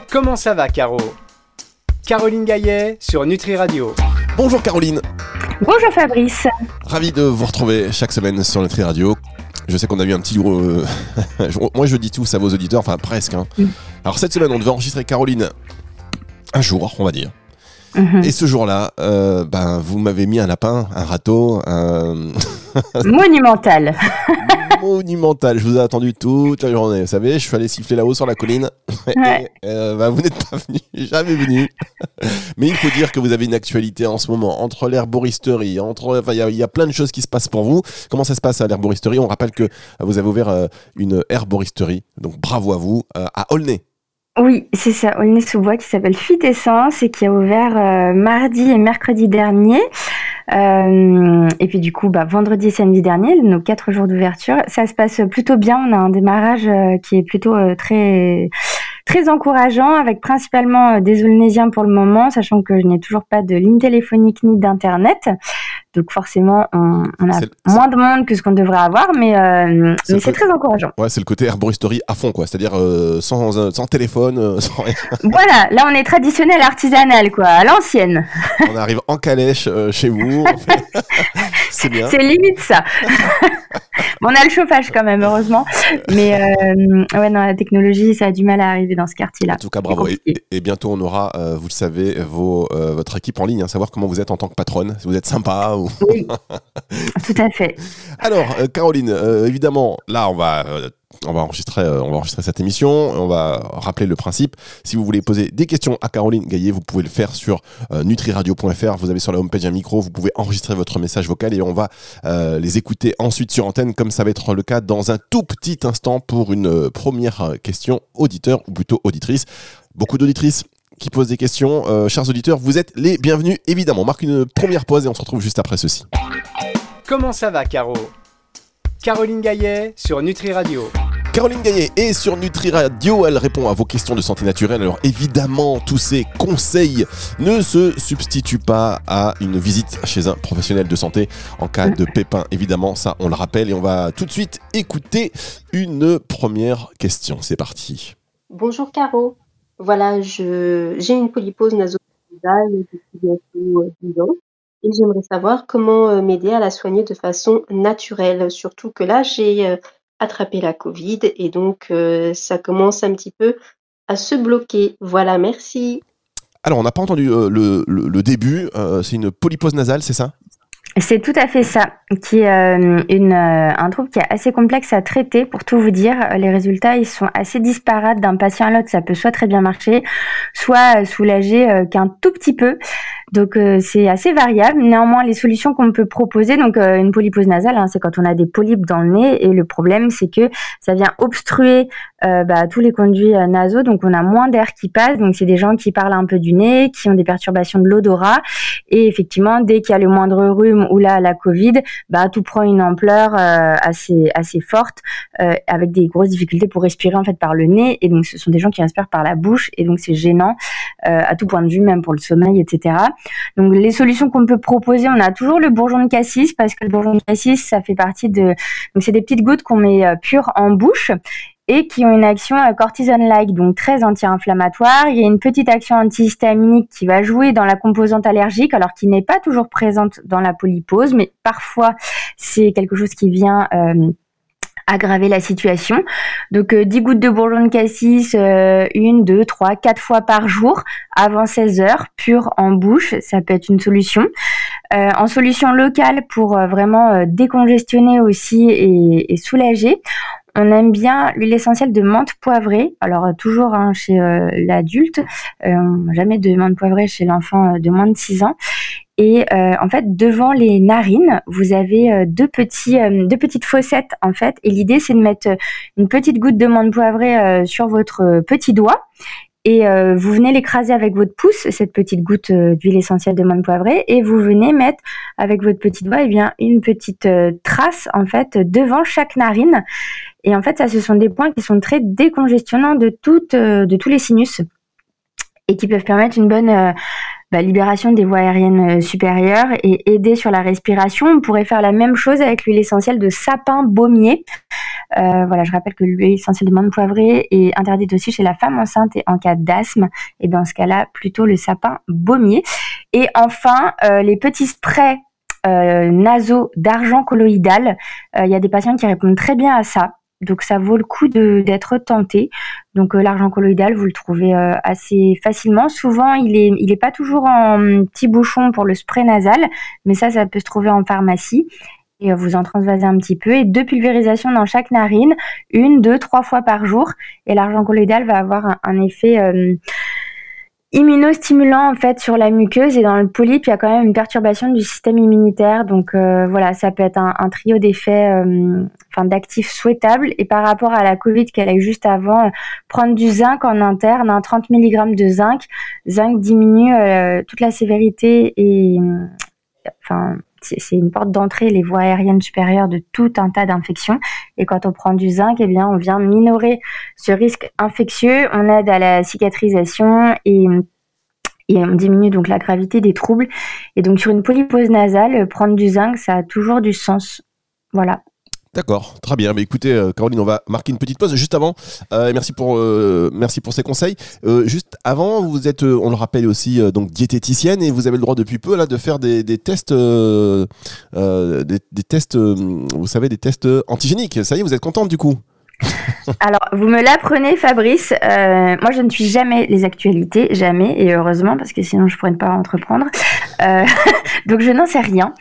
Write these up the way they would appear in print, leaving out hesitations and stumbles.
Comment ça va, Caro? Caroline Gaillet sur Nutri Radio. Bonjour Caroline. Bonjour Fabrice. Ravi de vous retrouver chaque semaine sur Nutri Radio. Je sais qu'on a eu un petit... Moi je dis tous à vos auditeurs, enfin presque. Alors cette semaine on devait enregistrer Caroline un jour, on va dire. Et ce jour-là, vous m'avez mis un lapin, un râteau, Monumental. Monumental. Je vous ai attendu toute la journée. Vous savez, je suis allé siffler là-haut sur la colline. Ouais. Vous n'êtes pas venu, jamais venu. Mais il faut dire que vous avez une actualité en ce moment entre l'herboristerie, il y a plein de choses qui se passent pour vous. Comment ça se passe à l'herboristerie? On rappelle que vous avez ouvert une herboristerie, donc bravo à vous, à Aulnay. Oui, c'est ça, Aulnay-sous-Bois, qui s'appelle Phytessence et qui a ouvert mardi et mercredi dernier. Et puis du coup, vendredi et samedi dernier, nos 4 jours d'ouverture, ça se passe plutôt bien. On a un démarrage qui est plutôt très très encourageant, avec principalement des Aulnaysiens pour le moment, sachant que je n'ai toujours pas de ligne téléphonique ni d'internet. Donc forcément, on a moins de monde que ce qu'on devrait avoir, mais c'est très encourageant. Ouais, c'est le côté herboristerie à fond, quoi. C'est-à-dire sans téléphone, sans rien. Voilà, là on est traditionnel, artisanal, quoi, à l'ancienne. On arrive en calèche chez vous. C'est bien. C'est limite ça. On a le chauffage quand même, heureusement. Mais la technologie, ça a du mal à arriver dans ce quartier-là. En tout cas, bravo. Et bientôt, on aura, vous le savez, votre équipe en ligne, savoir comment vous êtes en tant que patronne, si vous êtes sympa. Oui, tout à fait. Alors, Caroline, évidemment, là, on va enregistrer cette émission. On va rappeler le principe. Si vous voulez poser des questions à Caroline Gaillet, vous pouvez le faire sur nutriradio.fr. Vous avez sur la homepage un micro. Vous pouvez enregistrer votre message vocal et on va les écouter ensuite sur antenne, comme ça va être le cas dans un tout petit instant pour une première question auditeur ou plutôt auditrice. Beaucoup d'auditrices qui posent des questions. Chers auditeurs, vous êtes les bienvenus, évidemment. On marque une première pause et on se retrouve juste après ceci. Comment ça va, Caro? Caroline Gaillet sur Nutri Radio. Caroline Gaillet est sur Nutri Radio, elle répond à vos questions de santé naturelle. Alors évidemment, tous ces conseils ne se substituent pas à une visite chez un professionnel de santé en cas de pépin. Évidemment, ça on le rappelle et on va tout de suite écouter une première question. C'est parti. Bonjour Caro, voilà, j'ai une polypose nasopharyngale depuis bientôt 10 ans. Et j'aimerais savoir comment m'aider à la soigner de façon naturelle. Surtout que là, j'ai attrapé la Covid et donc ça commence un petit peu à se bloquer. Voilà, merci. Alors, on n'a pas entendu le début. C'est une polypose nasale, c'est ça ? C'est tout à fait ça, qui est un trouble qui est assez complexe à traiter. Pour tout vous dire, les résultats ils sont assez disparates d'un patient à l'autre. Ça peut soit très bien marcher, soit soulager qu'un tout petit peu. Donc c'est assez variable. Néanmoins, les solutions qu'on peut proposer, donc une polypose nasale, c'est quand on a des polypes dans le nez et le problème c'est que ça vient obstruer tous les conduits nasaux, donc on a moins d'air qui passe. Donc c'est des gens qui parlent un peu du nez, qui ont des perturbations de l'odorat et effectivement dès qu'il y a le moindre rhume ou là la Covid, tout prend une ampleur assez forte avec des grosses difficultés pour respirer en fait par le nez et donc ce sont des gens qui respirent par la bouche et donc c'est gênant à tout point de vue, même pour le sommeil, etc. Donc les solutions qu'on peut proposer, on a toujours le bourgeon de cassis parce que le bourgeon de cassis ça fait partie de, donc c'est des petites gouttes qu'on met pures en bouche et qui ont une action cortisone-like, donc très anti-inflammatoire. Il y a une petite action antihistaminique qui va jouer dans la composante allergique, alors qui n'est pas toujours présente dans la polypose, mais parfois c'est quelque chose qui vient aggraver la situation. Donc 10 gouttes de bourgeon de cassis, 1, 2, 3, 4 fois par jour avant 16 heures, pure en bouche, ça peut être une solution. En solution locale pour vraiment décongestionner aussi et soulager, on aime bien l'huile essentielle de menthe poivrée. Alors toujours chez l'adulte, jamais de menthe poivrée chez l'enfant de moins de 6 ans. Et en fait, devant les narines, vous avez deux petites fossettes en fait. Et l'idée, c'est de mettre une petite goutte de menthe poivrée sur votre petit doigt. Et vous venez l'écraser avec votre pouce, cette petite goutte d'huile essentielle de menthe poivrée, et vous venez mettre avec votre petit doigt une petite trace en fait devant chaque narine. Et en fait, ça, ce sont des points qui sont très décongestionnants de tous les sinus et qui peuvent permettre une bonne libération des voies aériennes supérieures et aider sur la respiration. On pourrait faire la même chose avec l'huile essentielle de sapin baumier. Je rappelle que l'huile essentielle de menthe poivrée est interdite aussi chez la femme enceinte et en cas d'asthme. Et dans ce cas-là, plutôt le sapin baumier. Et enfin, les petits sprays nasaux d'argent colloïdal. Il y a des patients qui répondent très bien à ça. Donc ça vaut le coup d'être tenté. Donc l'argent colloïdal, vous le trouvez assez facilement. Souvent, il est pas toujours en petit bouchon pour le spray nasal, mais ça peut se trouver en pharmacie. Et vous en transvasez un petit peu. Et 2 pulvérisations dans chaque narine, 1, 2, 3 fois par jour. Et l'argent colloïdal va avoir un effet immunostimulant en fait sur la muqueuse, et dans le polype il y a quand même une perturbation du système immunitaire, donc ça peut être un trio d'effets d'actifs souhaitables. Et par rapport à la Covid qu'elle a eu juste avant, prendre du zinc en interne, 30 mg de zinc diminue toute la sévérité et c'est une porte d'entrée, les voies aériennes supérieures, de tout un tas d'infections. Et quand on prend du zinc, on vient minorer ce risque infectieux, on aide à la cicatrisation et on diminue donc la gravité des troubles. Et donc sur une polypose nasale, prendre du zinc, ça a toujours du sens. Voilà. D'accord, très bien. Mais écoutez, Caroline, on va marquer une petite pause. Juste avant, merci pour ces conseils. Juste avant, vous êtes, on le rappelle aussi, donc diététicienne, et vous avez le droit depuis peu là de faire des tests, des tests, vous savez, des tests antigéniques. Ça y est, vous êtes contente du coup? Alors, vous me l'apprenez, Fabrice. Moi, je ne suis jamais les actualités, jamais, et heureusement, parce que sinon, je pourrais ne pas entreprendre. Donc, je n'en sais rien.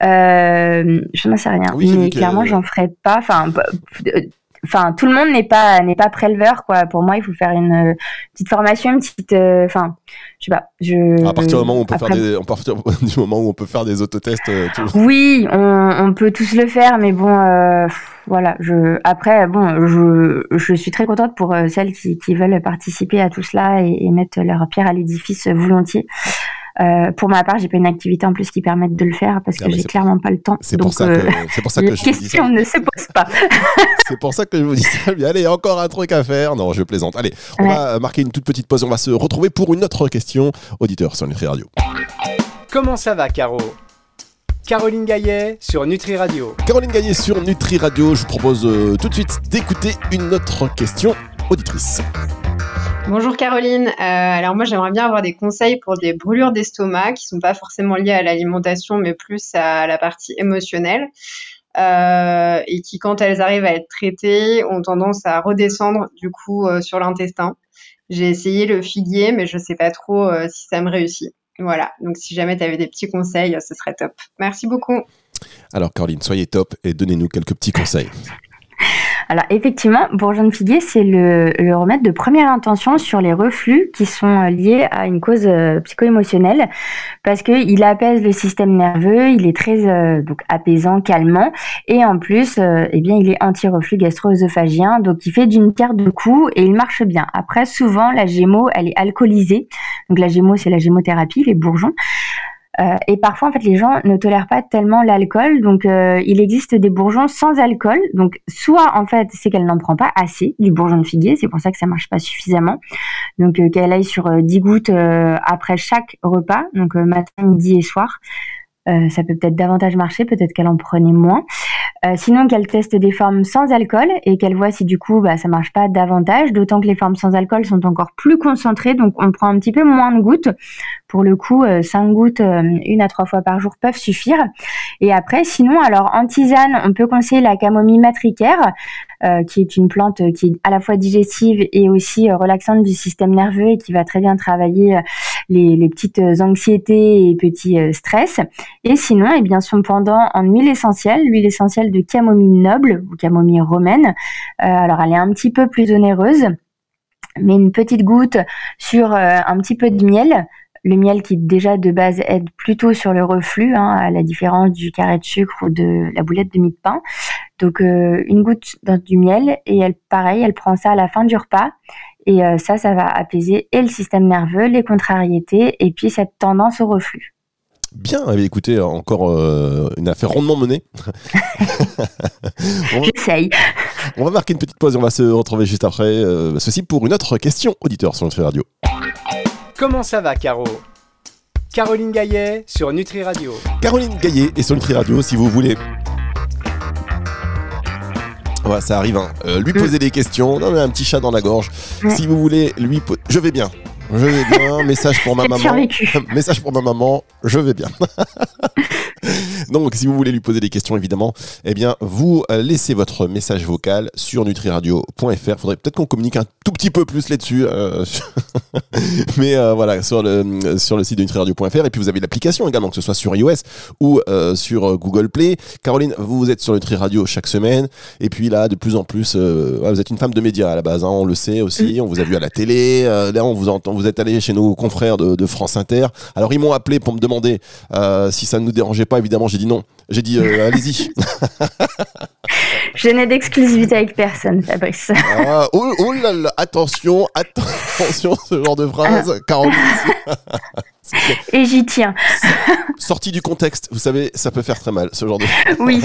Oui, mais clairement, j'en ferai pas. Tout le monde n'est pas préleveur, quoi. Pour moi, il faut faire une petite formation, une petite, je sais pas. À partir du moment où on peut faire des autotests. Oui, on peut tous le faire, mais bon, voilà. Je suis très contente pour celles qui veulent participer à tout cela et mettre leur pierre à l'édifice volontiers. Pour ma part, j'ai pas une activité en plus qui permette de le faire parce que j'ai clairement pas le temps. C'est pour ça que la question ne se pose pas. C'est pour ça que je vous dis ça. Allez, encore un truc à faire. Non, je plaisante. Allez, on va marquer une toute petite pause. On va se retrouver pour une autre question auditeur sur Nutri Radio. Comment ça va, Caro? Caroline Gaillet sur Nutri Radio. Caroline Gaillet sur Nutri Radio. Je vous propose tout de suite d'écouter une autre question auditrice. Bonjour Caroline, alors moi j'aimerais bien avoir des conseils pour des brûlures d'estomac qui sont pas forcément liées à l'alimentation mais plus à la partie émotionnelle et qui quand elles arrivent à être traitées ont tendance à redescendre du coup sur l'intestin. J'ai essayé le figuier mais je sais pas trop si ça me réussit. Voilà, donc si jamais tu avais des petits conseils, ce serait top. Merci beaucoup. Alors Caroline, soyez top et donnez-nous quelques petits conseils. Alors effectivement, bourgeon de figuier, c'est le remède de première intention sur les reflux qui sont liés à une cause psycho-émotionnelle, parce qu'il apaise le système nerveux, il est très donc apaisant, calmant, et en plus, il est anti-reflux gastro-œsophagien, donc il fait d'une pierre deux coups et il marche bien. Après, souvent, la gémo, elle est alcoolisée, donc la gémo, c'est la gémothérapie, les bourgeons. Et parfois, en fait, les gens ne tolèrent pas tellement l'alcool. Donc, il existe des bourgeons sans alcool. Donc, soit, en fait, c'est qu'elle n'en prend pas assez du bourgeon de figuier. C'est pour ça que ça marche pas suffisamment. Donc, qu'elle aille sur 10 gouttes après chaque repas. Donc, matin, midi et soir. Ça peut peut-être davantage marcher. Peut-être qu'elle en prenait moins. Sinon, qu'elle teste des formes sans alcool et qu'elle voit si du coup ça marche pas davantage, d'autant que les formes sans alcool sont encore plus concentrées, donc on prend un petit peu moins de gouttes. Pour le coup, 5 gouttes 1 à 3 fois par jour peuvent suffire. Et après, sinon, alors en tisane, on peut conseiller la camomille matricaire, qui est une plante qui est à la fois digestive et aussi relaxante du système nerveux et qui va très bien travailler les petites anxiétés et petits stress. Et sinon, son pendant en l'huile essentielle de camomille noble ou camomille romaine. Alors, elle est un petit peu plus onéreuse, mais une petite goutte sur un petit peu de miel. Le miel qui déjà de base aide plutôt sur le reflux, à la différence du carré de sucre ou de la boulette de mie de pain. Donc une goutte dans du miel et elle prend ça à la fin du repas. Et ça va apaiser et le système nerveux, les contrariétés et puis cette tendance au reflux. Bien, écoutez, encore une affaire rondement menée. J'essaye. On va marquer une petite pause et on va se retrouver juste après. Ceci pour une autre question auditeur sur Nutri Radio. Comment ça va, Caro? Caroline Gaillet sur Nutri Radio. Caroline Gaillet est sur Nutri Radio si vous voulez. Ouais, ça arrive, hein. Lui poser des questions. Non, mais un petit chat dans la gorge. Ouais. Si vous voulez lui je vais bien. Je vais bien. Message pour ma maman. Message pour ma maman. Je vais bien. Donc, si vous voulez lui poser des questions, évidemment, eh bien, vous laissez votre message vocal sur nutriradio.fr. Faudrait peut-être qu'on communique un tout petit peu plus là-dessus. Mais voilà, sur le site de nutriradio.fr. Et puis, vous avez l'application également, que ce soit sur iOS ou sur Google Play. Caroline, vous êtes sur Nutri Radio chaque semaine. Et puis là, de plus en plus, vous êtes une femme de médias à la base, hein, on le sait aussi. On vous a vu à la télé. Là, on vous entend. Vous êtes allé chez nos confrères de France Inter. Alors, ils m'ont appelé pour me demander si ça ne nous dérangeait pas. Évidemment, j'ai dit non. J'ai dit allez-y. Je n'ai d'exclusivité avec personne, Fabrice. Oh là là, attention, ce genre de phrase, Caroline. Et j'y tiens. Sorti du contexte, vous savez, ça peut faire très mal, ce genre de phrase. Oui.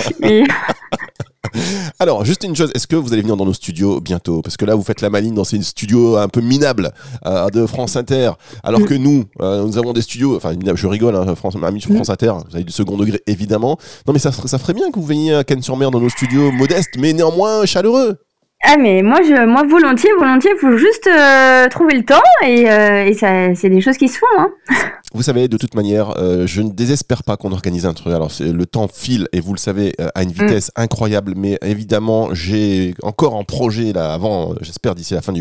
Alors, juste une chose, est-ce que vous allez venir dans nos studios bientôt ? Parce que là, vous faites la maline dans ces studios un peu minables de France Inter, alors que nous avons des studios, enfin, je rigole, hein, amis sur France Inter, vous avez du second degré, évidemment. Non, mais ça ferait bien que vous veniez à Cannes-sur-Mer dans nos studios modestes, mais néanmoins chaleureux. Ah mais moi volontiers, il faut juste trouver le temps et ça, c'est des choses qui se font, hein. Vous savez, de toute manière, je ne désespère pas qu'on organise un truc. Alors, le temps file, et vous le savez, à une vitesse incroyable. Mais évidemment, j'ai encore en projet, là, avant, j'espère d'ici la fin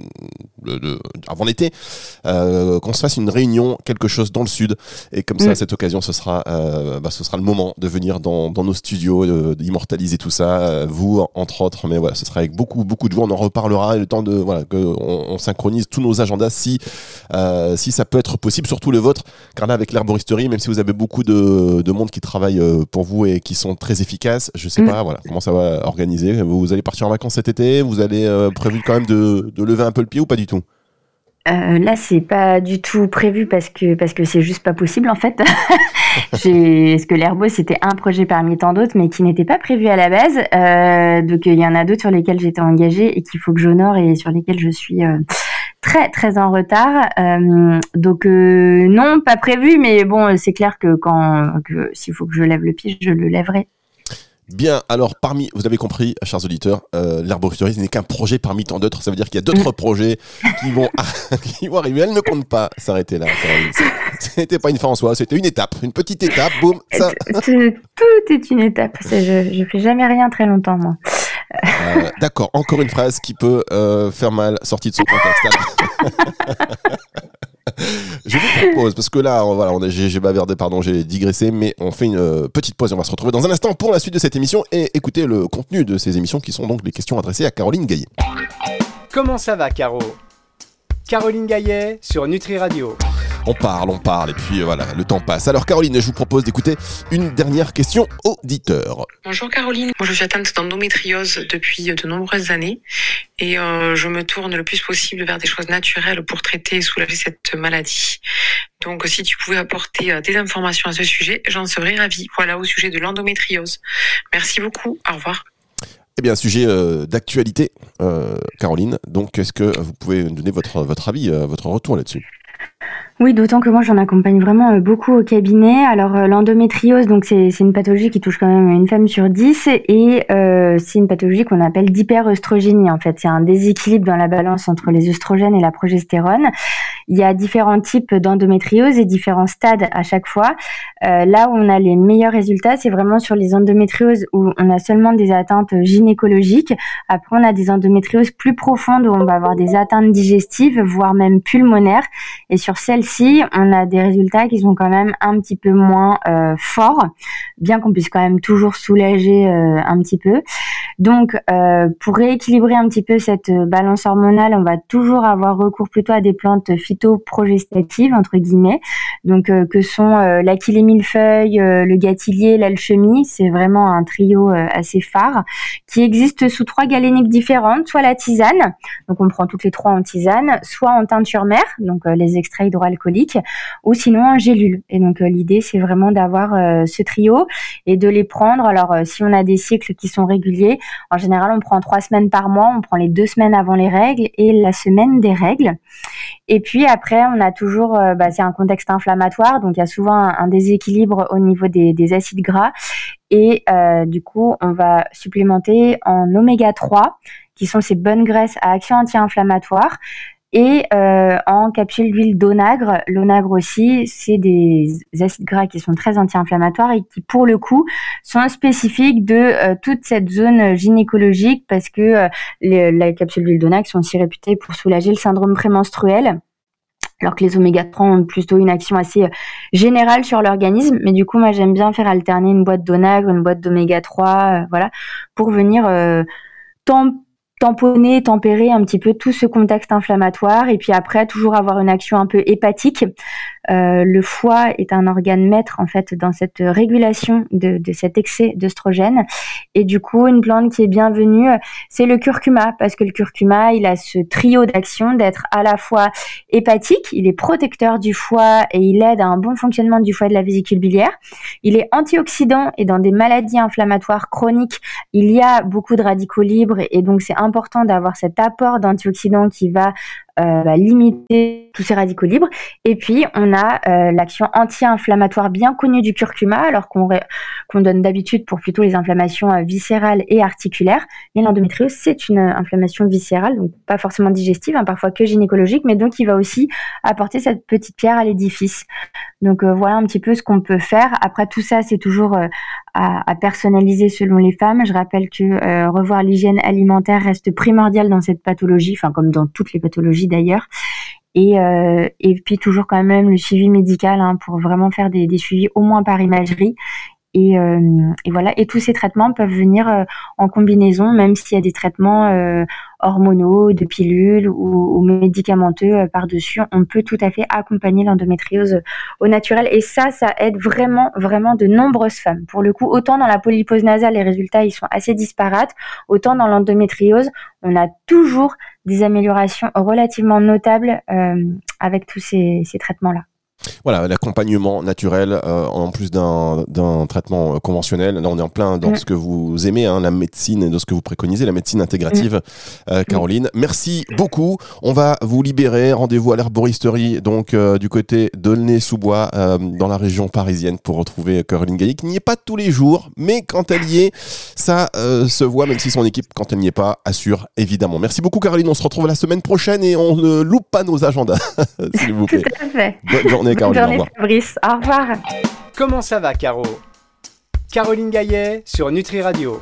avant l'été, qu'on se fasse une réunion, quelque chose dans le sud. Et comme ça, à cette occasion, ce sera le moment de venir dans nos studios, d'immortaliser tout ça, vous, entre autres. Mais voilà, ce sera avec beaucoup de joie. On en reparlera, et le temps qu'on synchronise tous nos agendas si ça peut être possible, surtout le vôtre. Car là, avec l'herboristerie, même si vous avez beaucoup de monde qui travaille pour vous et qui sont très efficaces, je sais pas comment ça va organiser. Vous allez partir en vacances cet été ? Vous allez prévu quand même de lever un peu le pied ou pas du tout ? Là, c'est pas du tout prévu parce que c'est juste pas possible en fait. Parce que l'herbo c'était un projet parmi tant d'autres, mais qui n'était pas prévu à la base. Donc il y en a d'autres sur lesquels j'étais engagée et qu'il faut que j'honore et sur lesquels je suis très très en retard. Donc non, pas prévu, mais bon, c'est clair que s'il faut que je lève le pied, je le lèverai. Bien, alors vous avez compris, chers auditeurs, l'herboristerie n'est qu'un projet parmi tant d'autres. Ça veut dire qu'il y a d'autres projets qui vont arriver. Elle ne compte pas s'arrêter là. C'était pas une fin en soi, c'était une étape, une petite étape, boum. Ça. Tout est une étape. Je fais jamais rien très longtemps, moi. D'accord, encore une phrase qui peut faire mal, sortie de son contexte. Je vous propose, parce que là, j'ai bavardé, j'ai digressé, mais on fait une petite pause et on va se retrouver dans un instant pour la suite de cette émission et écouter le contenu de ces émissions qui sont donc les questions adressées à Caroline Gaillet. Comment ça va, Caro ? Caroline Gaillet sur Nutri Radio. On parle, et puis voilà, le temps passe. Alors Caroline, je vous propose d'écouter une dernière question auditeur. Bonjour Caroline, moi je suis atteinte d'endométriose depuis de nombreuses années et je me tourne le plus possible vers des choses naturelles pour traiter et soulager cette maladie. Donc si tu pouvais apporter des informations à ce sujet, j'en serais ravie. Voilà au sujet de l'endométriose. Merci beaucoup, au revoir. Eh bien, sujet d'actualité, Caroline. Donc, est-ce que vous pouvez nous donner votre avis, votre retour là-dessus ? Oui, d'autant que moi j'en accompagne vraiment beaucoup au cabinet. Alors l'endométriose, donc c'est une pathologie qui touche quand même une femme sur 10 et c'est une pathologie qu'on appelle d'hyperœstrogénie. En fait, c'est un déséquilibre dans la balance entre les œstrogènes et la progestérone. Il y a différents types d'endométriose et différents stades à chaque fois. Là où on a les meilleurs résultats, c'est vraiment sur les endométrioses où on a seulement des atteintes gynécologiques. Après, on a des endométrioses plus profondes où on va avoir des atteintes digestives, voire même pulmonaires. Et sur celles-ci, on a des résultats qui sont quand même un petit peu moins forts, bien qu'on puisse quand même toujours soulager un petit peu. Donc, pour rééquilibrer un petit peu cette balance hormonale, on va toujours avoir recours plutôt à des plantes phytoprogestatives, entre guillemets, donc que sont l'achillée millefeuille, le gâtillier, l'alchimie. C'est vraiment un trio assez phare qui existe sous 3 galéniques différentes, soit la tisane, donc on prend toutes les 3 en tisane, soit en teinture mère, donc les extraits hydroalcooliques, ou sinon en gélule. Et donc l'idée, c'est vraiment d'avoir ce trio et de les prendre. Alors si on a des cycles qui sont réguliers, en général, on prend 3 semaines par mois, on prend les 2 semaines avant les règles et la semaine des règles. Et puis après, on a toujours, c'est un contexte inflammatoire, donc il y a souvent un déséquilibre au niveau des acides gras. Et du coup, on va supplémenter en oméga 3, qui sont ces bonnes graisses à action anti-inflammatoire. Et en capsule d'huile d'onagre. L'onagre aussi, c'est des acides gras qui sont très anti-inflammatoires et qui, pour le coup, sont spécifiques de toute cette zone gynécologique parce que les capsules d'huile d'onagre sont aussi réputées pour soulager le syndrome prémenstruel. Alors que les oméga 3 ont plutôt une action assez générale sur l'organisme. Mais du coup, moi, j'aime bien faire alterner une boîte d'onagre, une boîte d'oméga 3, voilà, pour venir tamponner, tempérer un petit peu tout ce contexte inflammatoire et puis après toujours avoir une action un peu hépatique. Le foie est un organe maître en fait dans cette régulation de cet excès d'œstrogène et du coup une plante qui est bienvenue c'est le curcuma parce que le curcuma il a ce trio d'actions d'être à la fois hépatique, il est protecteur du foie et il aide à un bon fonctionnement du foie et de la vésicule biliaire, il est antioxydant et dans des maladies inflammatoires chroniques il y a beaucoup de radicaux libres et donc c'est important d'avoir cet apport d'antioxydants qui va limiter tous ces radicaux libres. Et puis, on a l'action anti-inflammatoire bien connue du curcuma, alors qu'on donne d'habitude pour plutôt les inflammations viscérales et articulaires. Mais l'endométriose, c'est une inflammation viscérale, donc pas forcément digestive, parfois que gynécologique, mais donc il va aussi apporter cette petite pierre à l'édifice. Donc voilà un petit peu ce qu'on peut faire. Après, tout ça, c'est toujours à personnaliser selon les femmes. Je rappelle que revoir l'hygiène alimentaire reste primordial dans cette pathologie, comme dans toutes les pathologies d'ailleurs. Et puis toujours quand même le suivi médical pour vraiment faire des suivis au moins par imagerie. Et voilà. Et tous ces traitements peuvent venir en combinaison, même s'il y a des traitements hormonaux, de pilules ou médicamenteux par-dessus. On peut tout à fait accompagner l'endométriose au naturel. Et ça aide vraiment, vraiment de nombreuses femmes. Pour le coup, autant dans la polypose nasale, les résultats ils sont assez disparates, autant dans l'endométriose, on a toujours des améliorations relativement notables avec tous ces traitements-là. Voilà, l'accompagnement naturel en plus d'un traitement conventionnel. Là, on est en plein dans ce que vous aimez, la médecine et dans ce que vous préconisez, la médecine intégrative. Caroline, merci beaucoup. On va vous libérer. Rendez-vous à l'herboristerie, donc du côté d'Aulnay-sous-Bois, dans la région parisienne, pour retrouver Caroline Gaillet, qui n'y est pas tous les jours, mais quand elle y est, ça se voit, même si son équipe, quand elle n'y est pas, assure évidemment. Merci beaucoup, Caroline. On se retrouve la semaine prochaine et on ne loupe pas nos agendas, s'il vous plaît. Tout à fait. Bonne journée, Caroline. Bonne journée, Fabrice. Au revoir. Comment ça va, Caro? Caroline Gaillet sur Nutri Radio.